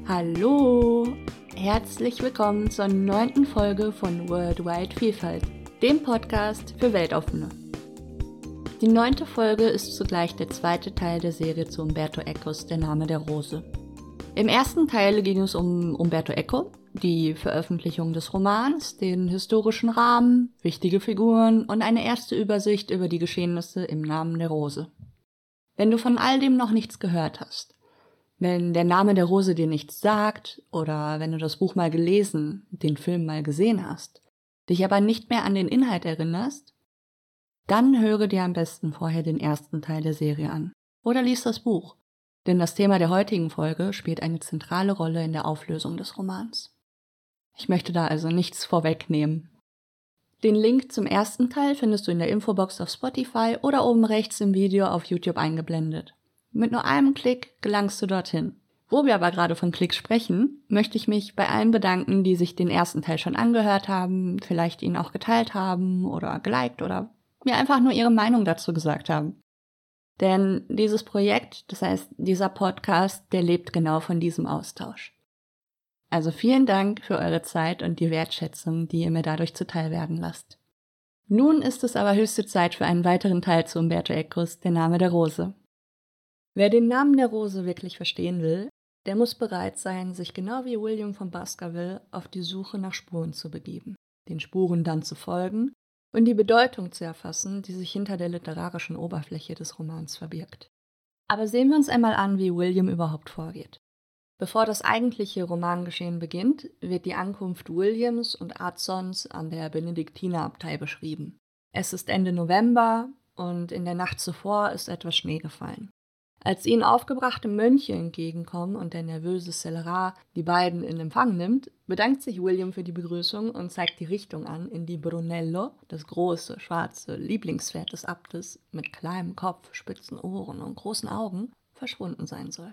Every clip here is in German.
Hallo! Herzlich willkommen zur 9. Folge von Worldwide Vielfalt, dem Podcast für Weltoffene. Die 9. Folge ist zugleich der zweite Teil der Serie zu Umberto Ecos Der Name der Rose. Im ersten Teil ging es um Umberto Eco, die Veröffentlichung des Romans, den historischen Rahmen, wichtige Figuren und eine erste Übersicht über die Geschehnisse im Namen der Rose. Wenn du von all dem noch nichts gehört hast, wenn der Name der Rose dir nichts sagt oder wenn du das Buch mal gelesen, den Film mal gesehen hast, dich aber nicht mehr an den Inhalt erinnerst, dann höre dir am besten vorher den ersten Teil der Serie an oder lies das Buch, denn das Thema der heutigen Folge spielt eine zentrale Rolle in der Auflösung des Romans. Ich möchte da also nichts vorwegnehmen. Den Link zum ersten Teil findest du in der Infobox auf Spotify oder oben rechts im Video auf YouTube eingeblendet. Mit nur einem Klick gelangst du dorthin. Wo wir aber gerade von Klicks sprechen, möchte ich mich bei allen bedanken, die sich den ersten Teil schon angehört haben, vielleicht ihn auch geteilt haben oder geliked oder mir einfach nur ihre Meinung dazu gesagt haben. Denn dieses Projekt, das heißt dieser Podcast, der lebt genau von diesem Austausch. Also vielen Dank für eure Zeit und die Wertschätzung, die ihr mir dadurch zuteil werden lasst. Nun ist es aber höchste Zeit für einen weiteren Teil zu Umberto Ecos Der Name der Rose. Wer den Namen der Rose wirklich verstehen will, der muss bereit sein, sich genau wie William von Baskerville auf die Suche nach Spuren zu begeben, den Spuren dann zu folgen und die Bedeutung zu erfassen, die sich hinter der literarischen Oberfläche des Romans verbirgt. Aber sehen wir uns einmal an, wie William überhaupt vorgeht. Bevor das eigentliche Romangeschehen beginnt, wird die Ankunft Williams und Adsons an der Benediktinerabtei beschrieben. Es ist Ende November und in der Nacht zuvor ist etwas Schnee gefallen. Als ihnen aufgebrachte Mönche entgegenkommen und der nervöse Scélérat die beiden in Empfang nimmt, bedankt sich William für die Begrüßung und zeigt die Richtung an, in die Brunello, das große, schwarze Lieblingspferd des Abtes, mit kleinem Kopf, spitzen Ohren und großen Augen, verschwunden sein soll.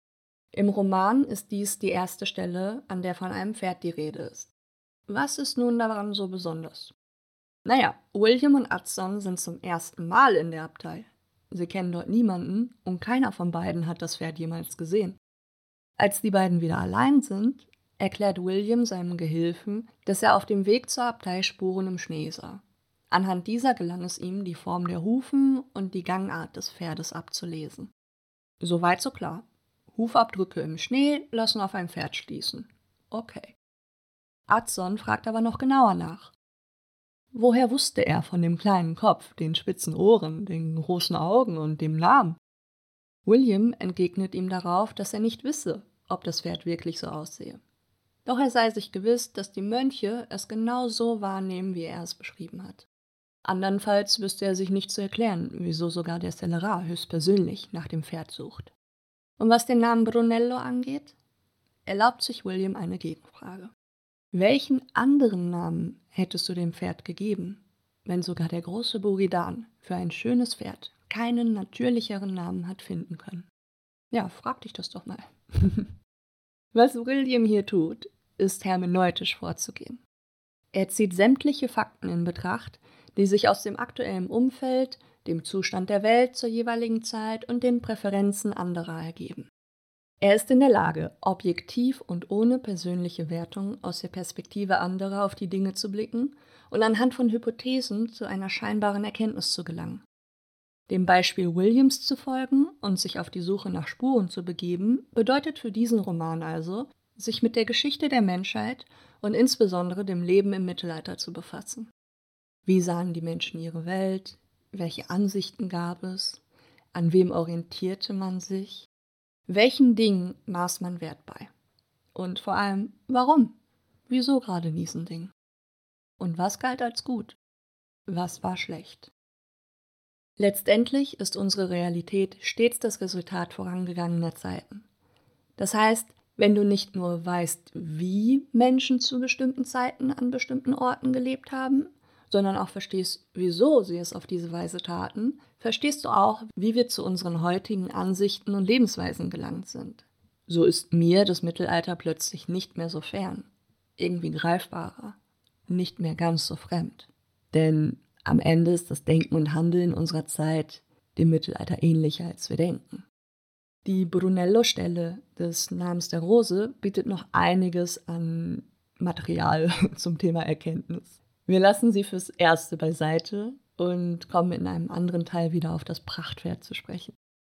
Im Roman ist dies die erste Stelle, an der von einem Pferd die Rede ist. Was ist nun daran so besonders? Naja, William und Adson sind zum ersten Mal in der Abtei. Sie kennen dort niemanden und keiner von beiden hat das Pferd jemals gesehen. Als die beiden wieder allein sind, erklärt William seinem Gehilfen, dass er auf dem Weg zur Abtei Spuren im Schnee sah. Anhand dieser gelang es ihm, die Form der Hufen und die Gangart des Pferdes abzulesen. Soweit so klar. Hufabdrücke im Schnee lassen auf ein Pferd schließen. Okay. Adson fragt aber noch genauer nach. Woher wusste er von dem kleinen Kopf, den spitzen Ohren, den großen Augen und dem Namen? William entgegnet ihm darauf, dass er nicht wisse, ob das Pferd wirklich so aussehe. Doch er sei sich gewiss, dass die Mönche es genau so wahrnehmen, wie er es beschrieben hat. Andernfalls wüsste er sich nicht zu erklären, wieso sogar der Scélérat höchstpersönlich nach dem Pferd sucht. Und was den Namen Brunello angeht, erlaubt sich William eine Gegenfrage. Welchen anderen Namen hättest du dem Pferd gegeben, wenn sogar der große Buridan für ein schönes Pferd keinen natürlicheren Namen hat finden können? Ja, frag dich das doch mal. Was William hier tut, ist hermeneutisch vorzugehen. Er zieht sämtliche Fakten in Betracht, die sich aus dem aktuellen Umfeld, dem Zustand der Welt zur jeweiligen Zeit und den Präferenzen anderer ergeben. Er ist in der Lage, objektiv und ohne persönliche Wertung aus der Perspektive anderer auf die Dinge zu blicken und anhand von Hypothesen zu einer scheinbaren Erkenntnis zu gelangen. Dem Beispiel Williams zu folgen und sich auf die Suche nach Spuren zu begeben, bedeutet für diesen Roman also, sich mit der Geschichte der Menschheit und insbesondere dem Leben im Mittelalter zu befassen. Wie sahen die Menschen ihre Welt? Welche Ansichten gab es? An wem orientierte man sich? Welchen Dingen maß man Wert bei? Und vor allem, warum? Wieso gerade diesen Dingen? Und was galt als gut? Was war schlecht? Letztendlich ist unsere Realität stets das Resultat vorangegangener Zeiten. Das heißt, wenn du nicht nur weißt, wie Menschen zu bestimmten Zeiten an bestimmten Orten gelebt haben, sondern auch verstehst, wieso sie es auf diese Weise taten, verstehst du auch, wie wir zu unseren heutigen Ansichten und Lebensweisen gelangt sind. So ist mir das Mittelalter plötzlich nicht mehr so fern, irgendwie greifbarer, nicht mehr ganz so fremd. Denn am Ende ist das Denken und Handeln unserer Zeit dem Mittelalter ähnlicher, als wir denken. Die Brunello-Stelle des Namens der Rose bietet noch einiges an Material zum Thema Erkenntnis. Wir lassen sie fürs Erste beiseite und kommen in einem anderen Teil wieder auf das Prachtpferd zu sprechen.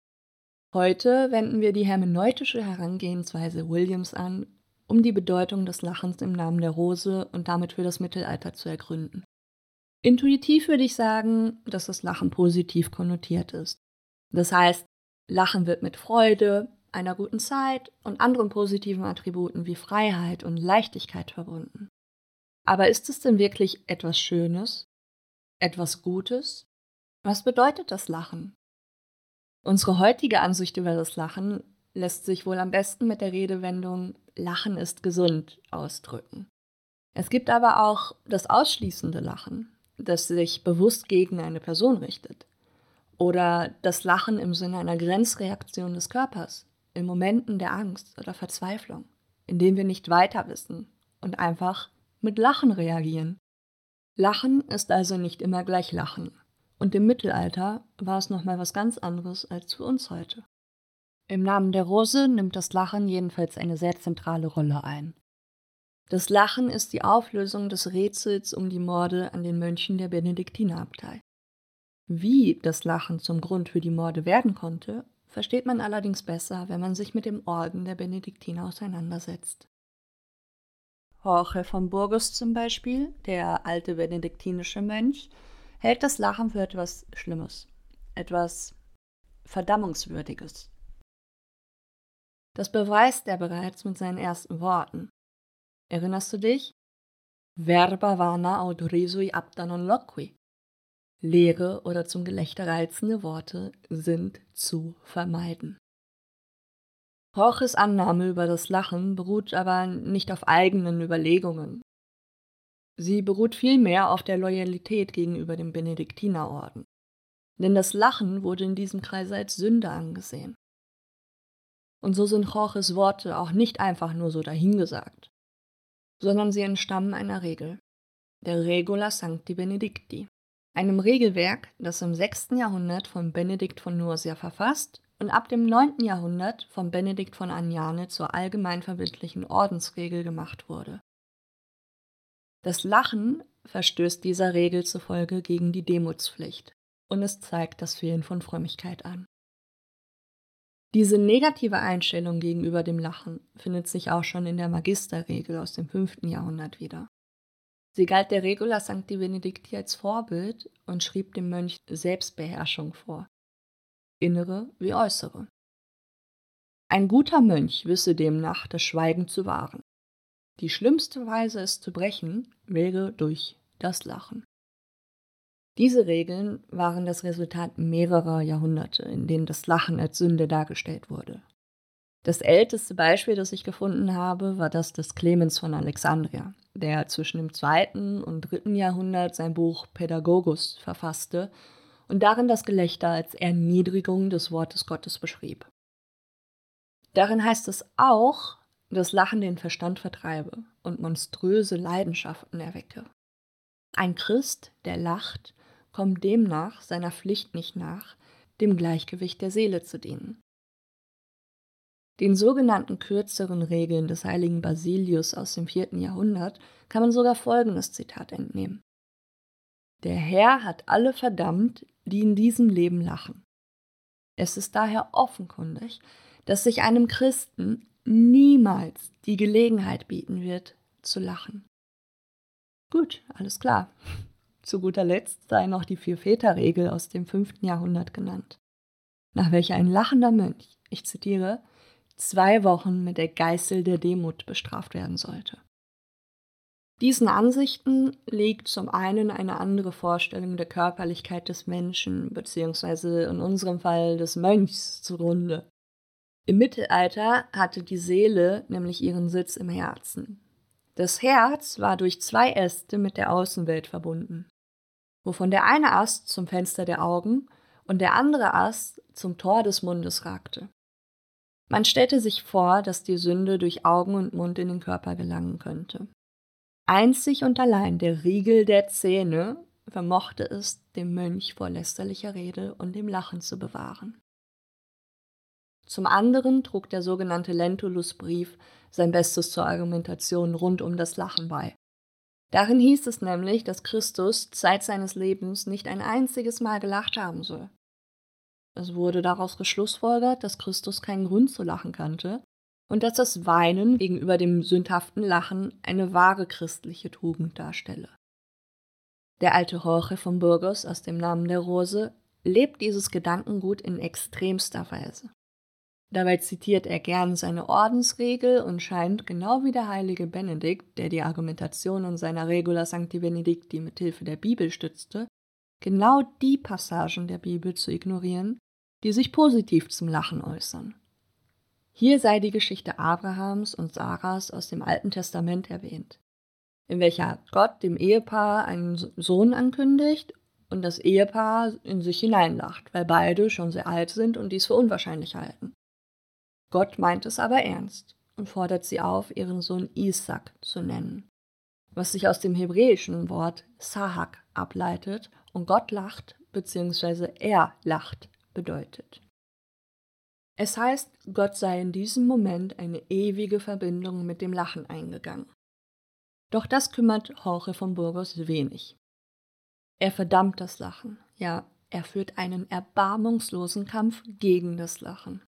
Heute wenden wir die hermeneutische Herangehensweise Williams an, um die Bedeutung des Lachens im Namen der Rose und damit für das Mittelalter zu ergründen. Intuitiv würde ich sagen, dass das Lachen positiv konnotiert ist. Das heißt, Lachen wird mit Freude, einer guten Zeit und anderen positiven Attributen wie Freiheit und Leichtigkeit verbunden. Aber ist es denn wirklich etwas Schönes? Etwas Gutes? Was bedeutet das Lachen? Unsere heutige Ansicht über das Lachen lässt sich wohl am besten mit der Redewendung Lachen ist gesund ausdrücken. Es gibt aber auch das ausschließende Lachen, das sich bewusst gegen eine Person richtet. Oder das Lachen im Sinne einer Grenzreaktion des Körpers, in Momenten der Angst oder Verzweiflung, in denen wir nicht weiter wissen und einfach mit Lachen reagieren. Lachen ist also nicht immer gleich Lachen. Und im Mittelalter war es nochmal was ganz anderes als für uns heute. Im Namen der Rose nimmt das Lachen jedenfalls eine sehr zentrale Rolle ein. Das Lachen ist die Auflösung des Rätsels um die Morde an den Mönchen der Benediktinerabtei. Wie das Lachen zum Grund für die Morde werden konnte, versteht man allerdings besser, wenn man sich mit dem Orden der Benediktiner auseinandersetzt. Jorge von Burgos zum Beispiel, der alte benediktinische Mönch, hält das Lachen für etwas Schlimmes, etwas Verdammungswürdiges. Das beweist er bereits mit seinen ersten Worten. Erinnerst du dich? Verba vana aut risui apta non loqui. Leere oder zum Gelächter reizende Worte sind zu vermeiden. Jorges Annahme über das Lachen beruht aber nicht auf eigenen Überlegungen. Sie beruht vielmehr auf der Loyalität gegenüber dem Benediktinerorden. Denn das Lachen wurde in diesem Kreise als Sünde angesehen. Und so sind Jorges Worte auch nicht einfach nur so dahingesagt, sondern sie entstammen einer Regel, der Regula Sancti Benedicti, einem Regelwerk, das im 6. Jahrhundert von Benedikt von Nursia verfasst und ab dem 9. Jahrhundert von Benedikt von Anyane zur allgemeinverbindlichen Ordensregel gemacht wurde. Das Lachen verstößt dieser Regel zufolge gegen die Demutspflicht und es zeigt das Fehlen von Frömmigkeit an. Diese negative Einstellung gegenüber dem Lachen findet sich auch schon in der Magisterregel aus dem 5. Jahrhundert wieder. Sie galt der Regula Sancti Benedicti als Vorbild und schrieb dem Mönch Selbstbeherrschung vor, innere wie äußere. Ein guter Mönch wisse demnach, das Schweigen zu wahren. Die schlimmste Weise, es zu brechen, wäre durch das Lachen. Diese Regeln waren das Resultat mehrerer Jahrhunderte, in denen das Lachen als Sünde dargestellt wurde. Das älteste Beispiel, das ich gefunden habe, war das des Clemens von Alexandria, der zwischen dem 2. und 3. Jahrhundert sein Buch Pädagogus verfasste und darin das Gelächter als Erniedrigung des Wortes Gottes beschrieb. Darin heißt es auch, dass Lachen den Verstand vertreibe und monströse Leidenschaften erwecke. Ein Christ, der lacht, kommt demnach seiner Pflicht nicht nach, dem Gleichgewicht der Seele zu dienen. Den sogenannten kürzeren Regeln des heiligen Basilius aus dem 4. Jahrhundert kann man sogar folgendes Zitat entnehmen. Der Herr hat alle verdammt, die in diesem Leben lachen. Es ist daher offenkundig, dass sich einem Christen niemals die Gelegenheit bieten wird, zu lachen. Gut, alles klar. Zu guter Letzt sei noch die Vier-Väter-Regel aus dem 5. Jahrhundert genannt, nach welcher ein lachender Mönch, ich zitiere, 2 Wochen mit der Geißel der Demut bestraft werden sollte. Diesen Ansichten liegt zum einen eine andere Vorstellung der Körperlichkeit des Menschen, beziehungsweise in unserem Fall des Mönchs, zugrunde. Im Mittelalter hatte die Seele nämlich ihren Sitz im Herzen. Das Herz war durch 2 Äste mit der Außenwelt verbunden, wovon der eine Ast zum Fenster der Augen und der andere Ast zum Tor des Mundes ragte. Man stellte sich vor, dass die Sünde durch Augen und Mund in den Körper gelangen könnte. Einzig und allein der Riegel der Zähne vermochte es, den Mönch vor lästerlicher Rede und dem Lachen zu bewahren. Zum anderen trug der sogenannte Lentulus-Brief sein Bestes zur Argumentation rund um das Lachen bei. Darin hieß es nämlich, dass Christus Zeit seines Lebens nicht ein einziges Mal gelacht haben soll. Es wurde daraus geschlussfolgert, dass Christus keinen Grund zu lachen kannte und dass das Weinen gegenüber dem sündhaften Lachen eine wahre christliche Tugend darstelle. Der alte Jorge von Burgos aus dem Namen der Rose lebt dieses Gedankengut in extremster Weise. Dabei zitiert er gern seine Ordensregel und scheint, genau wie der heilige Benedikt, der die Argumentation in seiner Regula Sancti Benedicti mit Hilfe der Bibel stützte, genau die Passagen der Bibel zu ignorieren, die sich positiv zum Lachen äußern. Hier sei die Geschichte Abrahams und Saras aus dem Alten Testament erwähnt, in welcher Gott dem Ehepaar einen Sohn ankündigt und das Ehepaar in sich hineinlacht, weil beide schon sehr alt sind und dies für unwahrscheinlich halten. Gott meint es aber ernst und fordert sie auf, ihren Sohn Isaak zu nennen, was sich aus dem hebräischen Wort Sahak ableitet und Gott lacht bzw. er lacht bedeutet. Es heißt, Gott sei in diesem Moment eine ewige Verbindung mit dem Lachen eingegangen. Doch das kümmert Jorge von Burgos wenig. Er verdammt das Lachen, ja, er führt einen erbarmungslosen Kampf gegen das Lachen.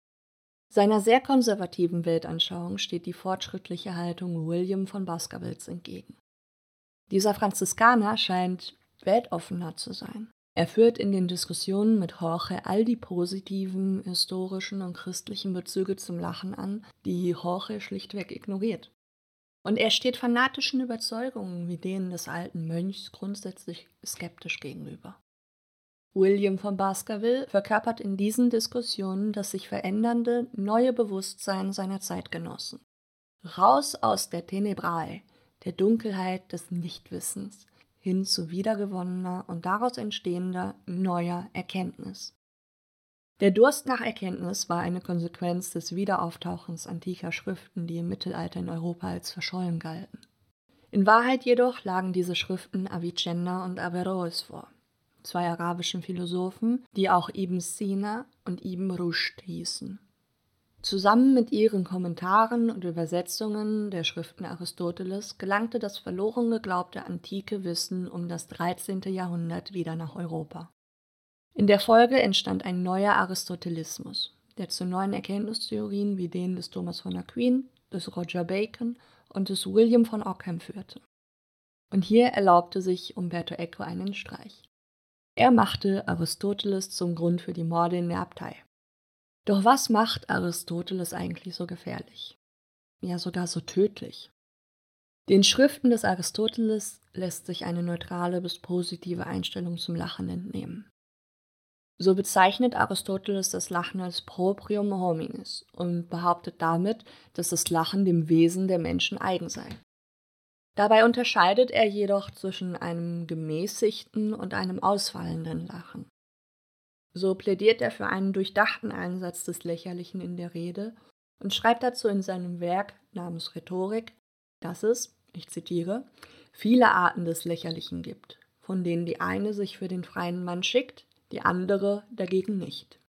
Seiner sehr konservativen Weltanschauung steht die fortschrittliche Haltung William von Baskervilles entgegen. Dieser Franziskaner scheint weltoffener zu sein. Er führt in den Diskussionen mit Jorge all die positiven, historischen und christlichen Bezüge zum Lachen an, die Jorge schlichtweg ignoriert. Und er steht fanatischen Überzeugungen wie denen des alten Mönchs grundsätzlich skeptisch gegenüber. William von Baskerville verkörpert in diesen Diskussionen das sich verändernde, neue Bewusstsein seiner Zeitgenossen. Raus aus der Tenebrae, der Dunkelheit des Nichtwissens, hin zu wiedergewonnener und daraus entstehender neuer Erkenntnis. Der Durst nach Erkenntnis war eine Konsequenz des Wiederauftauchens antiker Schriften, die im Mittelalter in Europa als verschollen galten. In Wahrheit jedoch lagen diese Schriften Avicenna und Averroes vor, zwei arabischen Philosophen, die auch Ibn Sina und Ibn Rushd hießen. Zusammen mit ihren Kommentaren und Übersetzungen der Schriften Aristoteles gelangte das verloren geglaubte antike Wissen um das 13. Jahrhundert wieder nach Europa. In der Folge entstand ein neuer Aristotelismus, der zu neuen Erkenntnistheorien wie denen des Thomas von Aquin, des Roger Bacon und des William von Ockham führte. Und hier erlaubte sich Umberto Eco einen Streich. Er machte Aristoteles zum Grund für die Morde in der Abtei. Doch was macht Aristoteles eigentlich so gefährlich? Ja, sogar so tödlich. Den Schriften des Aristoteles lässt sich eine neutrale bis positive Einstellung zum Lachen entnehmen. So bezeichnet Aristoteles das Lachen als proprium hominis und behauptet damit, dass das Lachen dem Wesen der Menschen eigen sei. Dabei unterscheidet er jedoch zwischen einem gemäßigten und einem ausfallenden Lachen. So plädiert er für einen durchdachten Einsatz des Lächerlichen in der Rede und schreibt dazu in seinem Werk namens Rhetorik, dass es, ich zitiere, viele Arten des Lächerlichen gibt, von denen die eine sich für den freien Mann schickt, die andere dagegen nicht.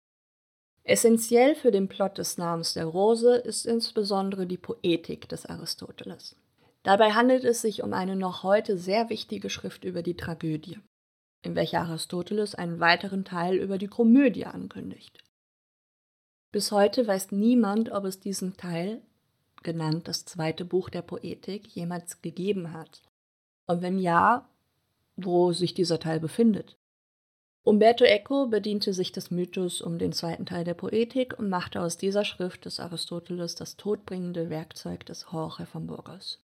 Essentiell für den Plot des Namens der Rose ist insbesondere die Poetik des Aristoteles. Dabei handelt es sich um eine noch heute sehr wichtige Schrift über die Tragödie, in welcher Aristoteles einen weiteren Teil über die Komödie ankündigt. Bis heute weiß niemand, ob es diesen Teil, genannt das zweite Buch der Poetik, jemals gegeben hat. Und wenn ja, wo sich dieser Teil befindet. Umberto Eco bediente sich des Mythos um den zweiten Teil der Poetik und machte aus dieser Schrift des Aristoteles das todbringende Werkzeug des Jorge von Burgos.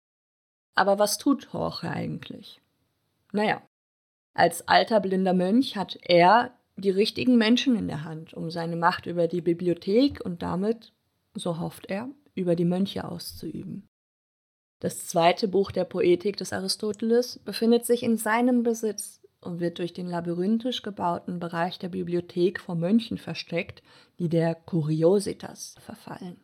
Aber was tut Jorge eigentlich? Naja, als alter blinder Mönch hat er die richtigen Menschen in der Hand, um seine Macht über die Bibliothek und damit, so hofft er, über die Mönche auszuüben. Das zweite Buch der Poetik des Aristoteles befindet sich in seinem Besitz und wird durch den labyrinthisch gebauten Bereich der Bibliothek vor Mönchen versteckt, die der Curiositas verfallen.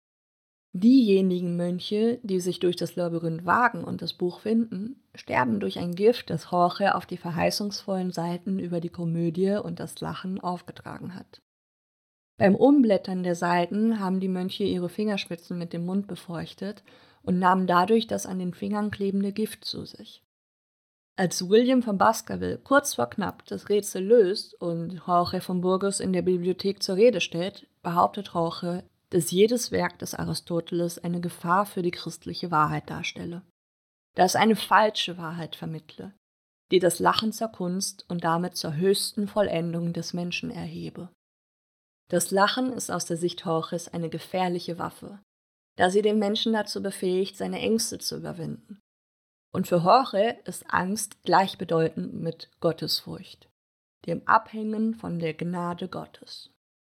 Diejenigen Mönche, die sich durch das Labyrinth wagen und das Buch finden, sterben durch ein Gift, das Jorge auf die verheißungsvollen Seiten über die Komödie und das Lachen aufgetragen hat. Beim Umblättern der Seiten haben die Mönche ihre Fingerspitzen mit dem Mund befeuchtet und nahmen dadurch das an den Fingern klebende Gift zu sich. Als William von Baskerville kurz vor knapp das Rätsel löst und Jorge von Burgos in der Bibliothek zur Rede stellt, behauptet Jorge, dass jedes Werk des Aristoteles eine Gefahr für die christliche Wahrheit darstelle, da es eine falsche Wahrheit vermittle, die das Lachen zur Kunst und damit zur höchsten Vollendung des Menschen erhebe. Das Lachen ist aus der Sicht Jorges eine gefährliche Waffe, da sie den Menschen dazu befähigt, seine Ängste zu überwinden. Und für Jorge ist Angst gleichbedeutend mit Gottesfurcht, dem Abhängen von der Gnade Gottes.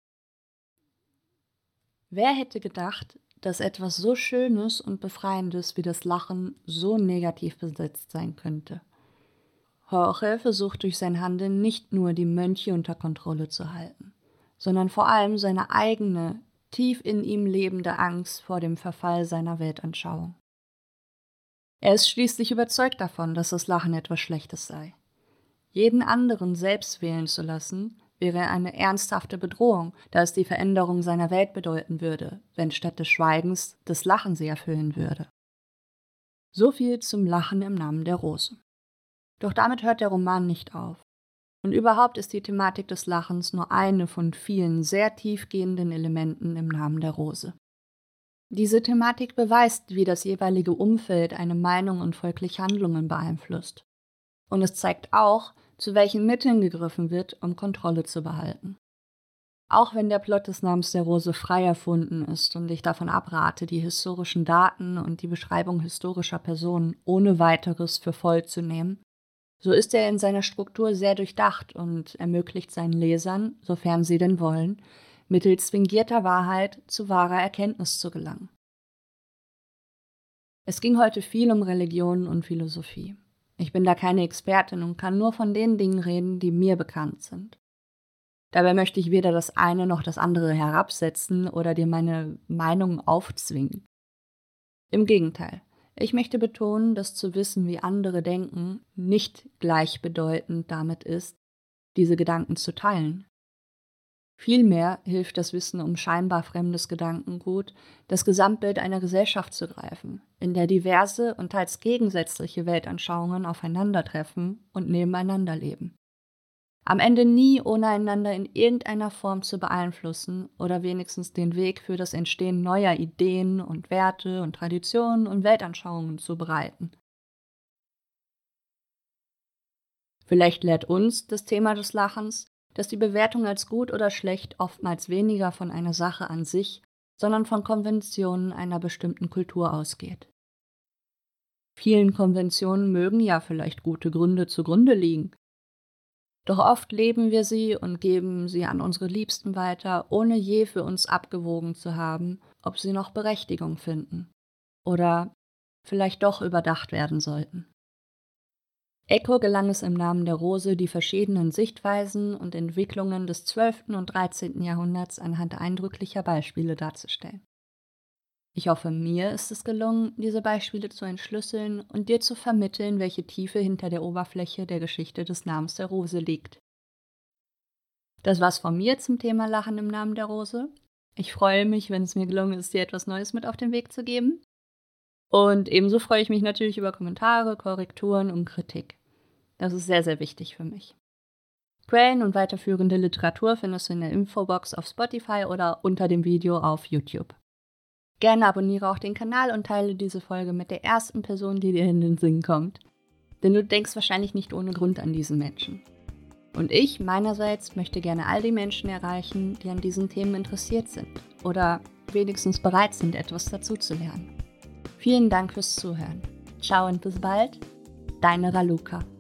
Wer hätte gedacht, dass etwas so Schönes und Befreiendes wie das Lachen so negativ besetzt sein könnte? Jorge versucht durch sein Handeln nicht nur die Mönche unter Kontrolle zu halten, sondern vor allem seine eigene, tief in ihm lebende Angst vor dem Verfall seiner Weltanschauung. Er ist schließlich überzeugt davon, dass das Lachen etwas Schlechtes sei. Jeden anderen selbst wählen zu lassen, wäre eine ernsthafte Bedrohung, da es die Veränderung seiner Welt bedeuten würde, wenn statt des Schweigens das Lachen sie erfüllen würde. So viel zum Lachen im Namen der Rose. Doch damit hört der Roman nicht auf. Und überhaupt ist die Thematik des Lachens nur eine von vielen sehr tiefgehenden Elementen im Namen der Rose. Diese Thematik beweist, wie das jeweilige Umfeld eine Meinung und folglich Handlungen beeinflusst. Und es zeigt auch, zu welchen Mitteln gegriffen wird, um Kontrolle zu behalten. Auch wenn der Plot des Namens der Rose frei erfunden ist und ich davon abrate, die historischen Daten und die Beschreibung historischer Personen ohne weiteres für voll zu nehmen, so ist er in seiner Struktur sehr durchdacht und ermöglicht seinen Lesern, sofern sie denn wollen, mittels fingierter Wahrheit zu wahrer Erkenntnis zu gelangen. Es ging heute viel um Religion und Philosophie. Ich bin da keine Expertin und kann nur von den Dingen reden, die mir bekannt sind. Dabei möchte ich weder das eine noch das andere herabsetzen oder dir meine Meinung aufzwingen. Im Gegenteil, ich möchte betonen, dass zu wissen, wie andere denken, nicht gleichbedeutend damit ist, diese Gedanken zu teilen. Vielmehr hilft das Wissen um scheinbar fremdes Gedankengut, das Gesamtbild einer Gesellschaft zu greifen, in der diverse und teils gegensätzliche Weltanschauungen aufeinandertreffen und nebeneinander leben. Am Ende nie ohne einander in irgendeiner Form zu beeinflussen oder wenigstens den Weg für das Entstehen neuer Ideen und Werte und Traditionen und Weltanschauungen zu bereiten. Vielleicht lehrt uns das Thema des Lachens, dass die Bewertung als gut oder schlecht oftmals weniger von einer Sache an sich, sondern von Konventionen einer bestimmten Kultur ausgeht. Vielen Konventionen mögen ja vielleicht gute Gründe zugrunde liegen. Doch oft leben wir sie und geben sie an unsere Liebsten weiter, ohne je für uns abgewogen zu haben, ob sie noch Berechtigung finden oder vielleicht doch überdacht werden sollten. Eco gelang es im Namen der Rose, die verschiedenen Sichtweisen und Entwicklungen des 12. und 13. Jahrhunderts anhand eindrücklicher Beispiele darzustellen. Ich hoffe, mir ist es gelungen, diese Beispiele zu entschlüsseln und dir zu vermitteln, welche Tiefe hinter der Oberfläche der Geschichte des Namens der Rose liegt. Das war's von mir zum Thema Lachen im Namen der Rose. Ich freue mich, wenn es mir gelungen ist, dir etwas Neues mit auf den Weg zu geben. Und ebenso freue ich mich natürlich über Kommentare, Korrekturen und Kritik. Das ist sehr, sehr wichtig für mich. Quellen und weiterführende Literatur findest du in der Infobox auf Spotify oder unter dem Video auf YouTube. Gerne abonniere auch den Kanal und teile diese Folge mit der ersten Person, die dir in den Sinn kommt. Denn du denkst wahrscheinlich nicht ohne Grund an diesen Menschen. Und ich meinerseits möchte gerne all die Menschen erreichen, die an diesen Themen interessiert sind oder wenigstens bereit sind, etwas dazuzulernen. Vielen Dank fürs Zuhören. Ciao und bis bald, deine Raluca.